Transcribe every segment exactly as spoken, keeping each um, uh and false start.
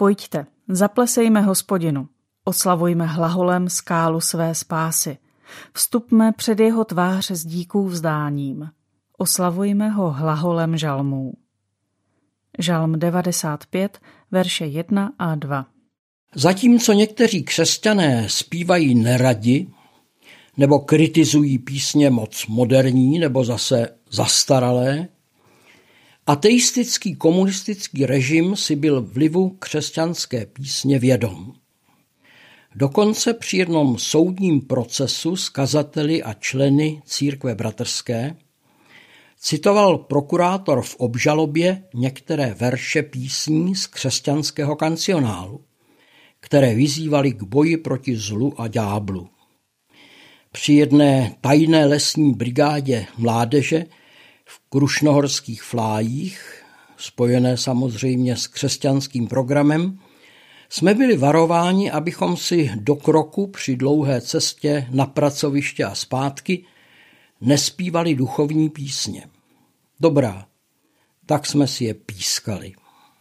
Pojďte, zaplesejme Hospodinu, oslavujme hlaholem skálu své spásy. Vstupme před jeho tvář s díků vzdáním. Oslavujme ho hlaholem žalmů. Žalm devadesát pět, verše jedna a dva. Zatímco někteří křesťané zpívají neradi nebo kritizují písně moc moderní nebo zase zastaralé, ateistický komunistický režim si byl vlivu křesťanské písně vědom. Dokonce při jednom soudním procesu s kazateli a členy církve bratrské citoval prokurátor v obžalobě některé verše písní z křesťanského kancionálu, které vyzývaly k boji proti zlu a ďáblu. Při jedné tajné lesní brigádě mládeže v krušnohorských Flájích, spojené samozřejmě s křesťanským programem, jsme byli varováni, abychom si do kroku při dlouhé cestě na pracoviště a zpátky nespívali duchovní písně. Dobrá, tak jsme si je pískali.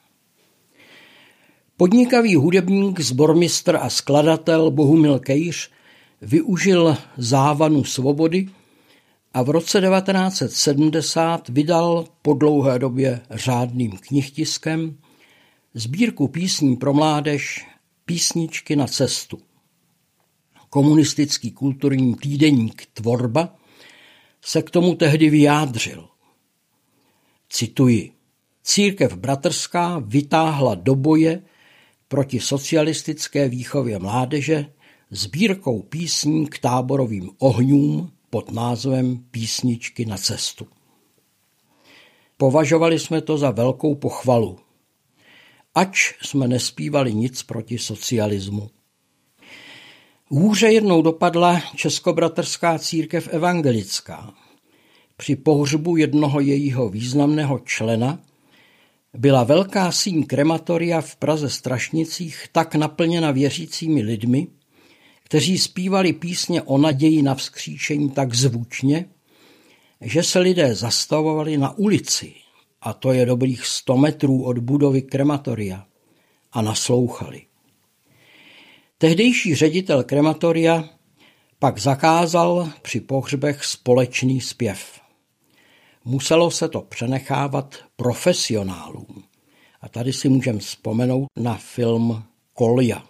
Podnikavý hudebník, sbormistr a skladatel Bohumil Kejř využil závanu svobody a v roce devatenáct set sedmdesát vydal po dlouhé době řádným knihtiskem sbírku písní pro mládež Písničky na cestu. Komunistický kulturní týdeník Tvorba se k tomu tehdy vyjádřil. Cituji: Církev bratrská vytáhla do boje proti socialistické výchově mládeže sbírkou písní k táborovým ohňům pod názvem Písničky na cestu. Považovali jsme to za velkou pochvalu, ač jsme nespívali nic proti socialismu. Hůře jednou dopadla Českobratrská církev evangelická. Při pohřbu jednoho jejího významného člena byla velká síň krematoria v Praze Strašnicích tak naplněna věřícími lidmi, kteří zpívali písně o naději na vzkříšení tak zvučně, že se lidé zastavovali na ulici, a to je dobrých sto metrů od budovy krematoria, a naslouchali. Tehdejší ředitel krematoria pak zakázal při pohřbech společný zpěv. Muselo se to přenechávat profesionálům. A tady si můžeme vzpomenout na film Kolja.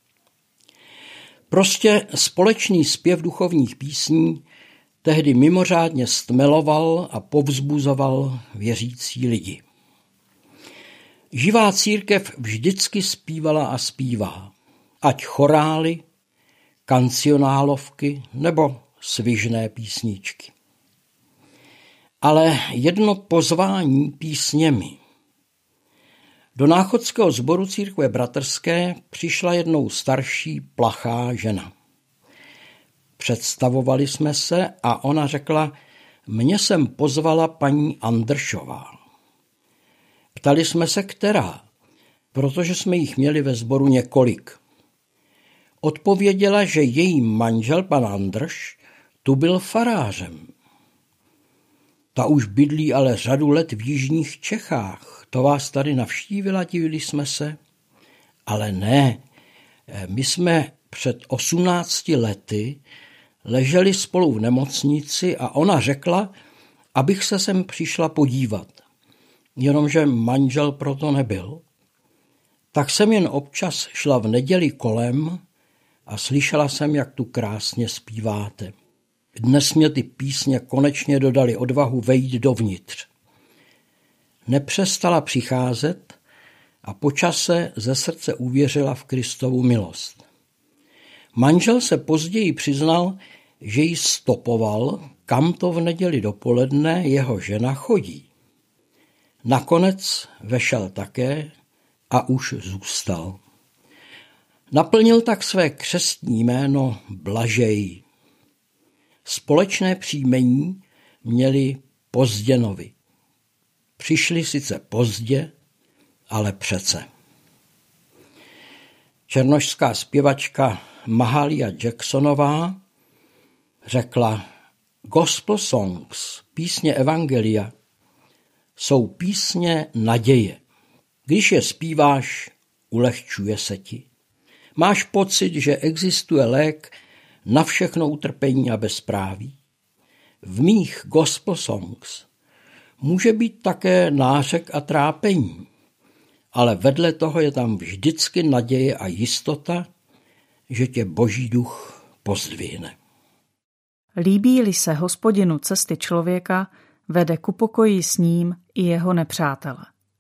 Prostě společný zpěv duchovních písní tehdy mimořádně stmeloval a povzbuzoval věřící lidi. Živá církev vždycky zpívala a zpívá, ať chorály, kancionálovky nebo svižné písničky. Ale jedno pozvání písněmi. Do náchodského sboru církve bratrské přišla jednou starší plachá žena. Představovali jsme se a ona řekla: mě sem pozvala paní Andršová. Ptali jsme se, která, protože jsme jich měli ve sboru několik. Odpověděla, že její manžel, pan Andrš, tu byl farářem. Ta už bydlí ale řadu let v jižních Čechách. To vás tady navštívila, divili jsme se. Ale ne, my jsme před osmnácti lety leželi spolu v nemocnici a ona řekla, abych se sem přišla podívat. Jenomže manžel proto nebyl. Tak jsem jen občas šla v neděli kolem a slyšela jsem, jak tu krásně zpíváte. Dnes mě ty písně konečně dodali odvahu vejít dovnitř. Nepřestala přicházet a po čase ze srdce uvěřila v Kristovu milost. Manžel se později přiznal, že ji stopoval, kam to v neděli dopoledne jeho žena chodí. Nakonec vešel také a už zůstal. Naplnil tak své křestní jméno Blažej. Společné příjmení měli Pozděnovi. Přišli sice pozdě, ale přece. Černošská zpěvačka Mahalia Jacksonová řekla: Gospel songs, písně evangelia, jsou písně naděje. Když je zpíváš, Ulehčuje se ti? Máš pocit, že existuje lék na všechno utrpení a bezpráví? V mých gospel songs může být také nářek a trápení, ale vedle toho je tam vždycky naděje a jistota, že tě Boží duch pozdvihne. Líbí-li se Hospodinu cesty člověka, vede ku pokoji s ním i jeho nepřátele.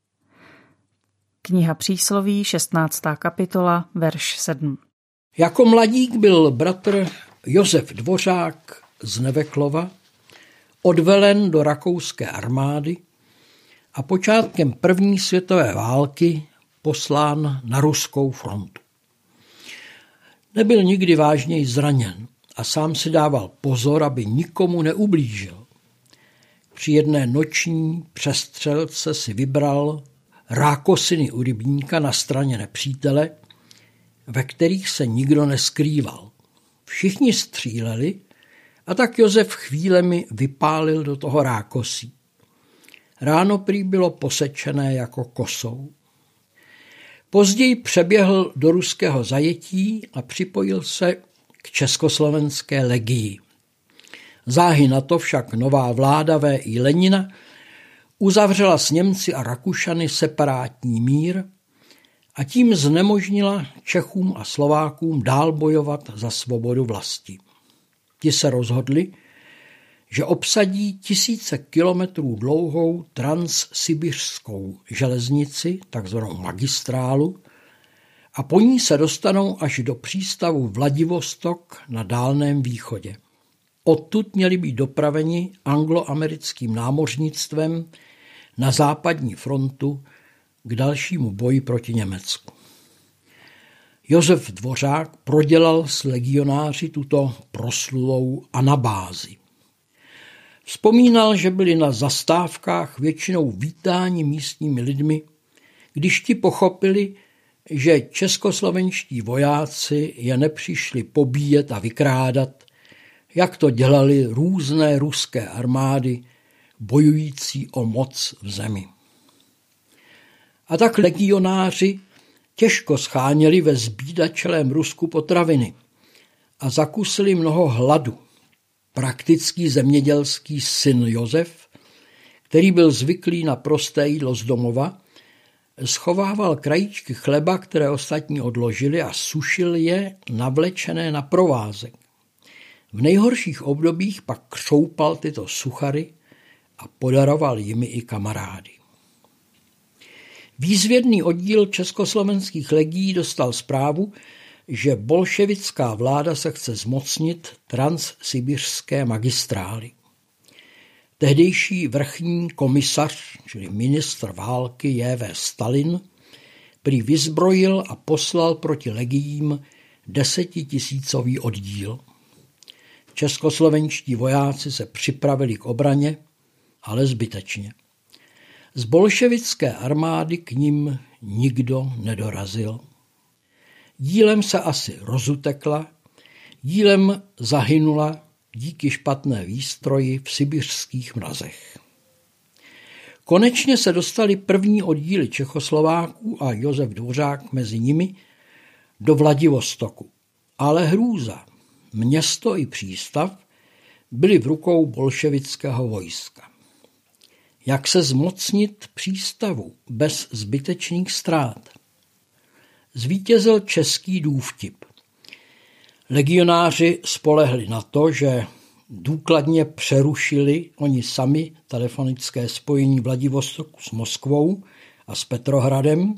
Kniha Přísloví, šestnáctá kapitola, verš sedm. Jako mladík byl bratr Josef Dvořák z Neveklova odvelen do rakouské armády a počátkem první světové války poslán na ruskou frontu. Nebyl nikdy vážněji zraněn a sám si dával pozor, aby nikomu neublížil. Při jedné noční přestřelce si vybral rákosiny u rybníka na straně nepřítele, ve kterých se nikdo neskrýval. Všichni stříleli a tak Josef chvílemi vypálil do toho rákosí. Ráno prý bylo posečené jako kosou. Později přeběhl do ruského zajetí a připojil se k československé legii. Záhy na to však nová vláda V I Lenina uzavřela s Němci a Rakušany separátní mír a tím znemožnila Čechům a Slovákům dál bojovat za svobodu vlasti. Ti se rozhodli, že obsadí tisíce kilometrů dlouhou transsibiřskou železnici, takzvanou magistrálu, a po ní se dostanou až do přístavu Vladivostok na Dálném východě. Odtud měli být dopraveni angloamerickým námořnictvem na západní frontu k dalšímu boji proti Německu. Josef Dvořák prodělal s legionáři tuto proslulou anabázi. Vzpomínal, že byli na zastávkách většinou vítáni místními lidmi, když ti pochopili, že českoslovenští vojáci je nepřišli pobíjet a vykrádat, jak to dělali různé ruské armády bojující o moc v zemi. A tak legionáři těžko scháněli ve zbídačelém Rusku potraviny a zakusili mnoho hladu. Praktický zemědělský syn Josef, který byl zvyklý na prosté jídlo z domova, schovával krajíčky chleba, které ostatní odložili, a sušil je navlečené na provázek. V nejhorších obdobích pak křoupal tyto suchary a podaroval jimi i kamarády. Výzvědný oddíl československých legií dostal zprávu, že bolševická vláda se chce zmocnit transsibiřské magistrály. Tehdejší vrchní komisař, čili ministr války J V Stalin, prý vyzbrojil a poslal proti legiím desetitisícový oddíl. Českoslovenští vojáci se připravili k obraně, ale zbytečně. Z bolševické armády k nim nikdo nedorazil. Dílem se asi rozutekla, dílem zahynula díky špatné výstroji v sibiřských mrazech. Konečně se dostali první oddíly Čechoslováků a Josef Dvořák mezi nimi do Vladivostoku. Ale hrůza, město i přístav byly v rukou bolševického vojska. Jak se zmocnit přístavu bez zbytečných ztrát? Zvítězil český důvtip. Legionáři spolehli na to, že důkladně přerušili oni sami telefonické spojení Vladivostoku s Moskvou a s Petrohradem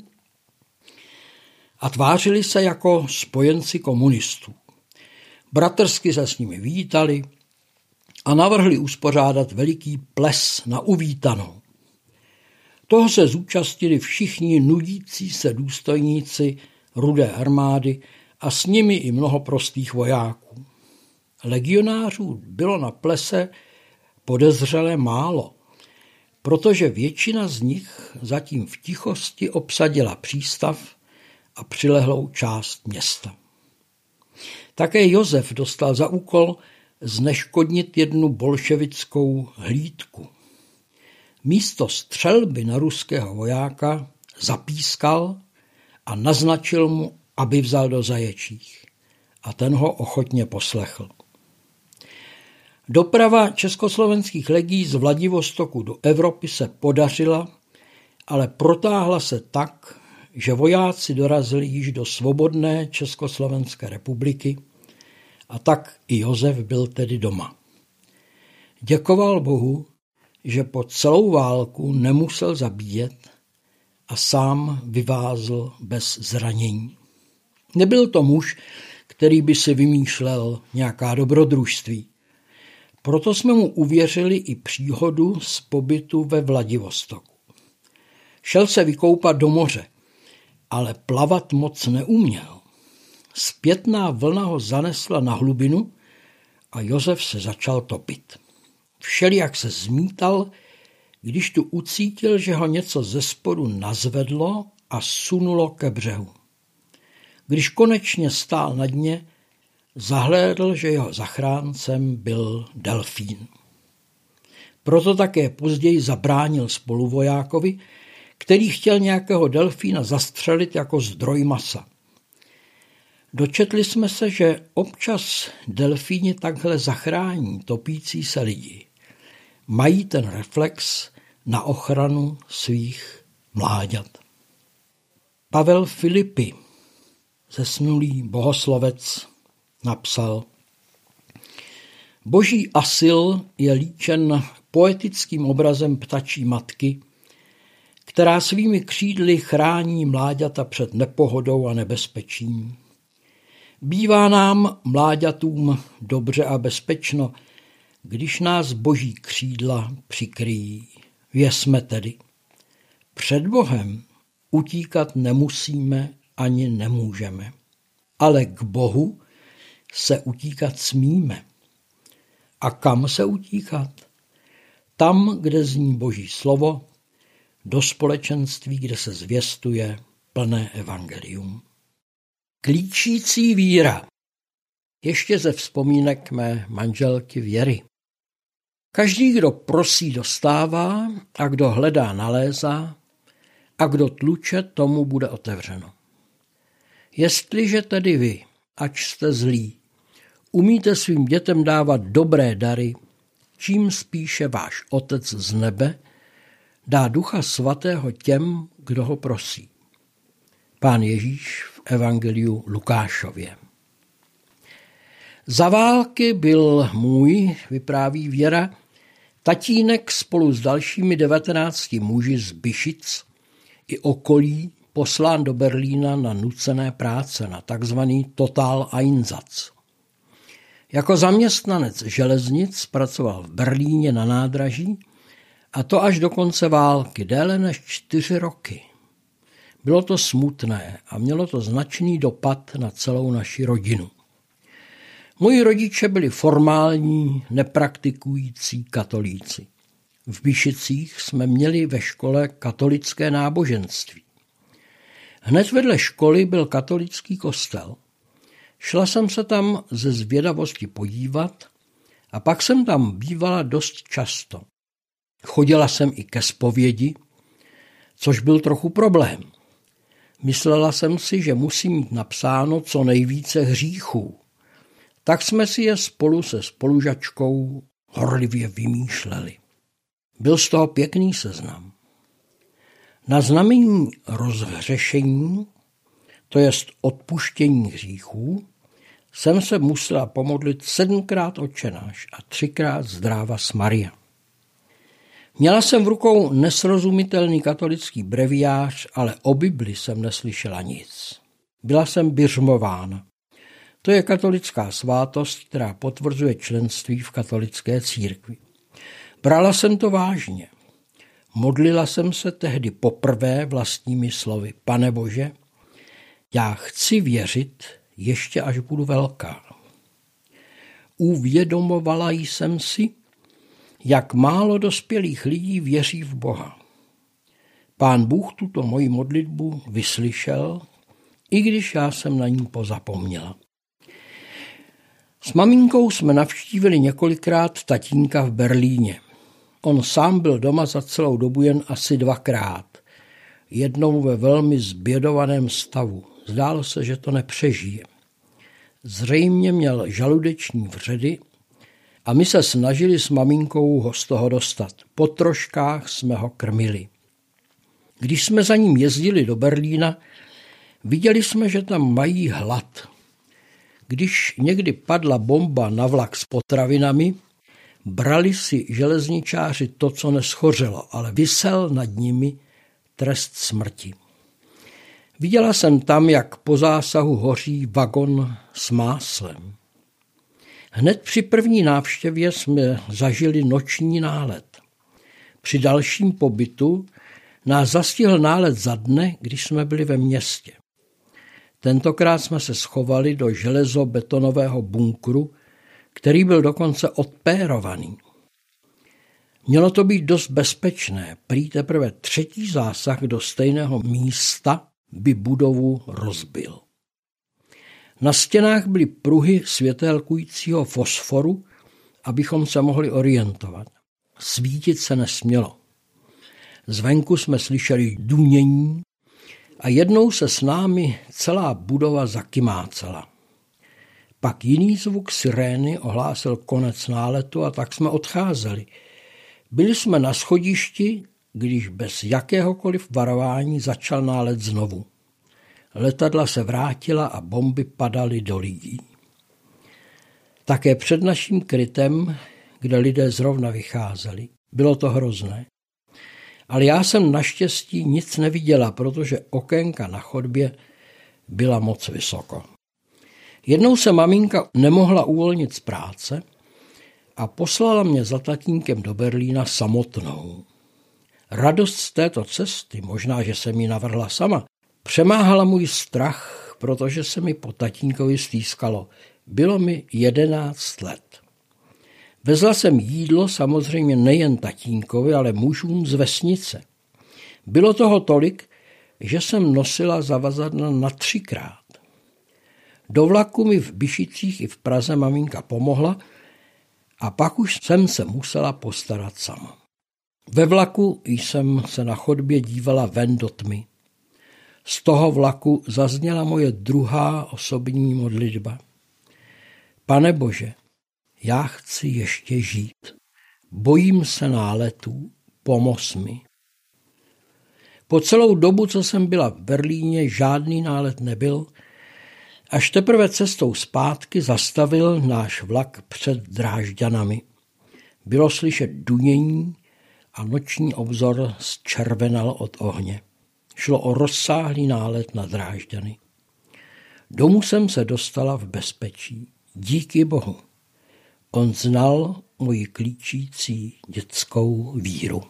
a tvářili se jako spojenci komunistů. Bratrsky se s nimi vítali a navrhli uspořádat veliký ples na uvítanou. Toho se zúčastnili všichni nudící se důstojníci Rudé armády a s nimi i mnoho prostých vojáků. Legionářů bylo na plese podezřele málo, protože většina z nich zatím v tichosti obsadila přístav a přilehlou část města. Také Josef dostal za úkol zneškodnit jednu bolševickou hlídku. Místo střelby na ruského vojáka zapískal a naznačil mu, aby vzal do zaječích. A ten ho ochotně poslechl. Doprava československých legií z Vladivostoku do Evropy se podařila, ale protáhla se tak, že vojáci dorazili již do svobodné Československé republiky a tak i Josef byl tedy doma. Děkoval Bohu, že po celou válku nemusel zabíjet a sám vyvázl bez zranění. Nebyl to muž, který by si vymýšlel nějaká dobrodružství. Proto jsme mu uvěřili i příhodu z pobytu ve Vladivostoku. Šel se vykoupat do moře, ale plavat moc neuměl. Zpětná vlna ho zanesla na hlubinu a Josef se začal topit. Všelijak se zmítal, když tu ucítil, že ho něco ze spodu nazvedlo a sunulo ke břehu. Když konečně stál na dně, zahlédl, že jeho zachráncem byl delfín. Proto také později zabránil spoluvojákovi, který chtěl nějakého delfína zastřelit jako zdroj masa. Dočetli jsme se, že občas delfíni takhle zachrání topící se lidi. Mají ten reflex na ochranu svých mláďat. Pavel Filipy, zesnulý bohoslovec, napsal: Boží asyl je líčen poetickým obrazem ptačí matky, která svými křídly chrání mláďata před nepohodou a nebezpečím. Bývá nám, mláďatům, dobře a bezpečno, když nás Boží křídla přikryjí. Věřme tedy. Před Bohem utíkat nemusíme ani nemůžeme, ale k Bohu se utíkat smíme. A kam se utíkat? Tam, kde zní Boží slovo, do společenství, kde se zvěstuje plné evangelium. Klíčící víra. Ještě ze vzpomínek mé manželky Věry. Každý, kdo prosí, dostává, a kdo hledá, nalézá, a kdo tluče, tomu bude otevřeno. Jestliže tedy vy, ač jste zlí, umíte svým dětem dávat dobré dary, čím spíše váš Otec z nebe dá Ducha Svatého těm, kdo ho prosí. Pán Ježíš v evangeliu Lukášově. Za války byl můj, vypráví Věra, tatínek spolu s dalšími devatenácti muži z Byšic i okolí poslán do Berlína na nucené práce, na takzvaný Total Einsatz. Jako zaměstnanec železnic pracoval v Berlíně na nádraží, a to až do konce války, déle než čtyři roky. Bylo to smutné a mělo to značný dopad na celou naši rodinu. Moji rodiče byli formální, nepraktikující katolíci. V Byšicích jsme měli ve škole katolické náboženství. Hned vedle školy byl katolický kostel. Šla jsem se tam ze zvědavosti podívat a pak jsem tam bývala dost často. Chodila jsem i ke zpovědi, což byl trochu problém. Myslela jsem si, že musím mít napsáno co nejvíce hříchů. Tak jsme si je spolu se spolužačkou horlivě vymýšleli. Byl z toho pěkný seznam. Na znamení rozhřešení, to jest odpuštění hříchů, jsem se musela pomodlit sedmkrát Otčenáš a třikrát Zdravas Maria. Měla jsem v rukou nesrozumitelný katolický breviář, ale o Bibli jsem neslyšela nic. Byla jsem biřmována. To je katolická svátost, která potvrzuje členství v katolické církvi. Brala jsem to vážně. Modlila jsem se tehdy poprvé vlastními slovy: Pane Bože, já chci věřit, ještě až budu velká. Uvědomovala jsem si, jak málo dospělých lidí věří v Boha. Pán Bůh tuto moji modlitbu vyslyšel, i když já jsem na ní pozapomněla. S maminkou jsme navštívili několikrát tatínka v Berlíně. On sám byl doma za celou dobu jen asi dvakrát. jednou ve velmi zbědovaném stavu. Zdálo se, že to nepřežije. Zřejmě měl žaludeční vředy a my se snažili s maminkou ho z toho dostat. Po troškách jsme ho krmili. Když jsme za ním jezdili do Berlína, viděli jsme, že tam mají hlad. Když někdy padla bomba na vlak s potravinami, brali si železničáři to, co neschořelo, ale visel nad nimi trest smrti. Viděla jsem tam, jak po zásahu hoří vagon s máslem. Hned při první návštěvě jsme zažili noční nálet. Při dalším pobytu nás zastihl nálet za dne, když jsme byli ve městě. Tentokrát jsme se schovali do železobetonového bunkru, který byl dokonce odpérovaný. Mělo to být dost bezpečné, prý teprve třetí zásah do stejného místa by budovu rozbil. Na stěnách byly pruhy světelkujícího fosforu, abychom se mohli orientovat. Svítit se nesmělo. Zvenku jsme slyšeli dunění a jednou se s námi celá budova zakymácela. Pak jiný zvuk sirény ohlásil konec náletu a tak jsme odcházeli. Byli jsme na schodišti, když bez jakéhokoliv varování začal nálet znovu. Letadla se vrátila a bomby padaly do lidí. Také před naším krytem, kde lidé zrovna vycházeli. Bylo to hrozné. Ale já jsem naštěstí nic neviděla, protože okénka na chodbě byla moc vysoko. Jednou se maminka nemohla uvolnit z práce a poslala mě za tatínkem do Berlína samotnou. Radost z této cesty, možná, že jsem ji navrhla sama, přemáhala můj strach, protože se mi po tatínkovi stýskalo. Bylo mi jedenáct let. Vezla jsem jídlo samozřejmě nejen tatínkovi, ale mužům z vesnice. Bylo toho tolik, že jsem nosila zavazadla na třikrát. Do vlaku mi v Byšicích i v Praze maminka pomohla a pak už jsem se musela postarat sama. Ve vlaku jsem se na chodbě dívala ven do tmy. Z toho vlaku zazněla moje druhá osobní modlitba. Pane Bože, já chci ještě žít. Bojím se náletů, pomoz mi. Po celou dobu, co jsem byla v Berlíně, žádný nálet nebyl. Až teprve cestou zpátky zastavil náš vlak před Drážďanami. Bylo slyšet dunění a noční obzor zčervenal od ohně. Šlo o rozsáhlý nálet na Drážďany. Domů jsem se dostala v bezpečí. Díky Bohu. On znal moji klíčící dětskou víru.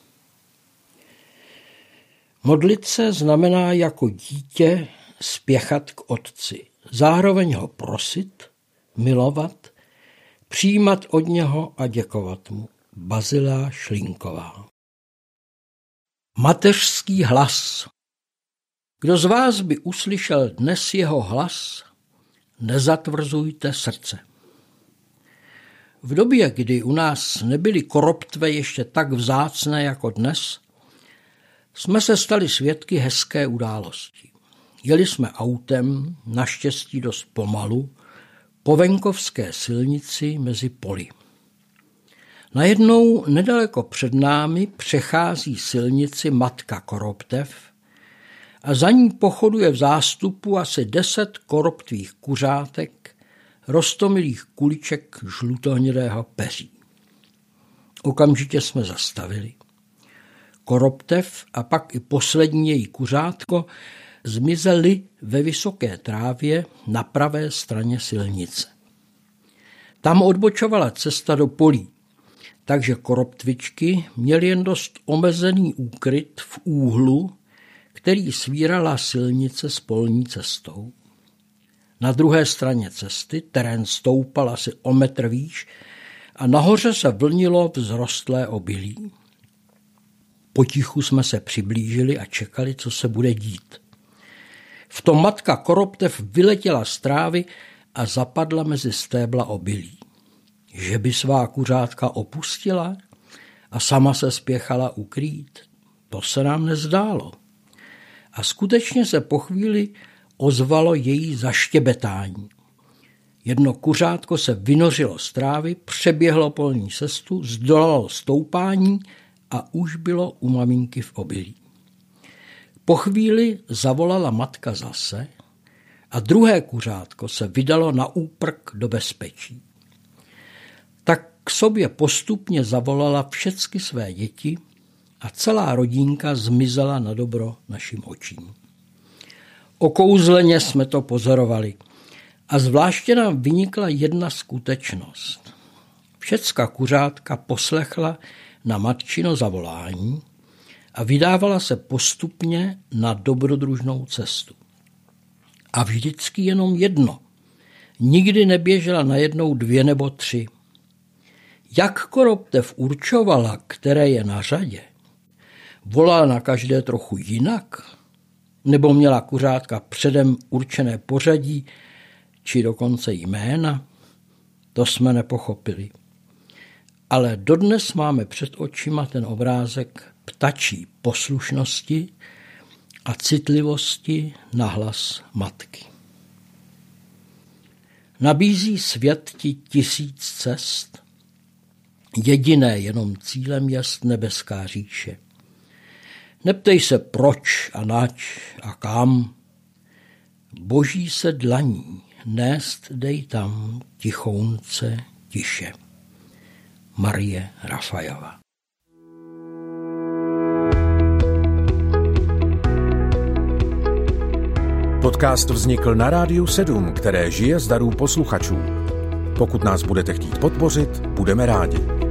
Modlit se znamená jako dítě spěchat k otci. Zároveň ho prosit, milovat, přijímat od něho a děkovat mu. Bazila Šlinková. Mateřský hlas. Kdo z vás by uslyšel dnes jeho hlas, nezatvrzujte srdce. V době, kdy u nás nebyly koroptve ještě tak vzácné jako dnes, jsme se stali svědky hezké události. Jeli jsme autem, naštěstí dost pomalu, po venkovské silnici mezi poli. Najednou nedaleko před námi přechází silnici matka koroptev a za ní pochoduje v zástupu asi deset koroptvých kuřátek, roztomilých kuliček žlutohnědého peří. Okamžitě jsme zastavili. Koroptev a pak i poslední její kuřátko zmizely ve vysoké trávě na pravé straně silnice. Tam odbočovala cesta do polí, takže koroptvičky měly jen dost omezený úkryt v úhlu, který svírala silnice s polní cestou. Na druhé straně cesty terén stoupal asi o metr výš a nahoře se vlnilo vzrostlé obilí. Potichu jsme se přiblížili a čekali, co se bude dít. V tom matka koroptev vyletěla z trávy a zapadla mezi stébla obilí. Že by svá kuřátka opustila a sama se spěchala ukrýt, to se nám nezdálo. A skutečně se po chvíli ozvalo její zaštěbetání. Jedno kuřátko se vynořilo z trávy, přeběhlo polní cestu, zdolalo stoupání a už bylo u maminky v obilí. Po chvíli zavolala matka zase a druhé kuřátko se vydalo na úprk do bezpečí. Tak k sobě postupně zavolala všechny své děti a celá rodinka zmizela na dobro našim očím. Okouzleně jsme to pozorovali a zvláště nám vynikla jedna skutečnost. Všecka kuřátka poslechla na matčino zavolání a vydávala se postupně na dobrodružnou cestu. A vždycky jenom jedno. Nikdy neběžela najednou dvě nebo tři. Jak koroptev určovala, které je na řadě, volala na každé trochu jinak, nebo měla kuřátka předem určené pořadí, či dokonce jména, to jsme nepochopili. Ale dodnes máme před očima ten obrázek ptačí poslušnosti a citlivosti na hlas matky. Nabízí svět ti tisíc cest, jediné jenom cílem jest nebeská říše. Neptej se proč a nač a kam, boží se dlaní nést dej tam tichounce tiše. Marie Rafajová. Podcast vznikl na Rádiu sedm, které žije z darů posluchačů. Pokud nás budete chtít podpořit, budeme rádi.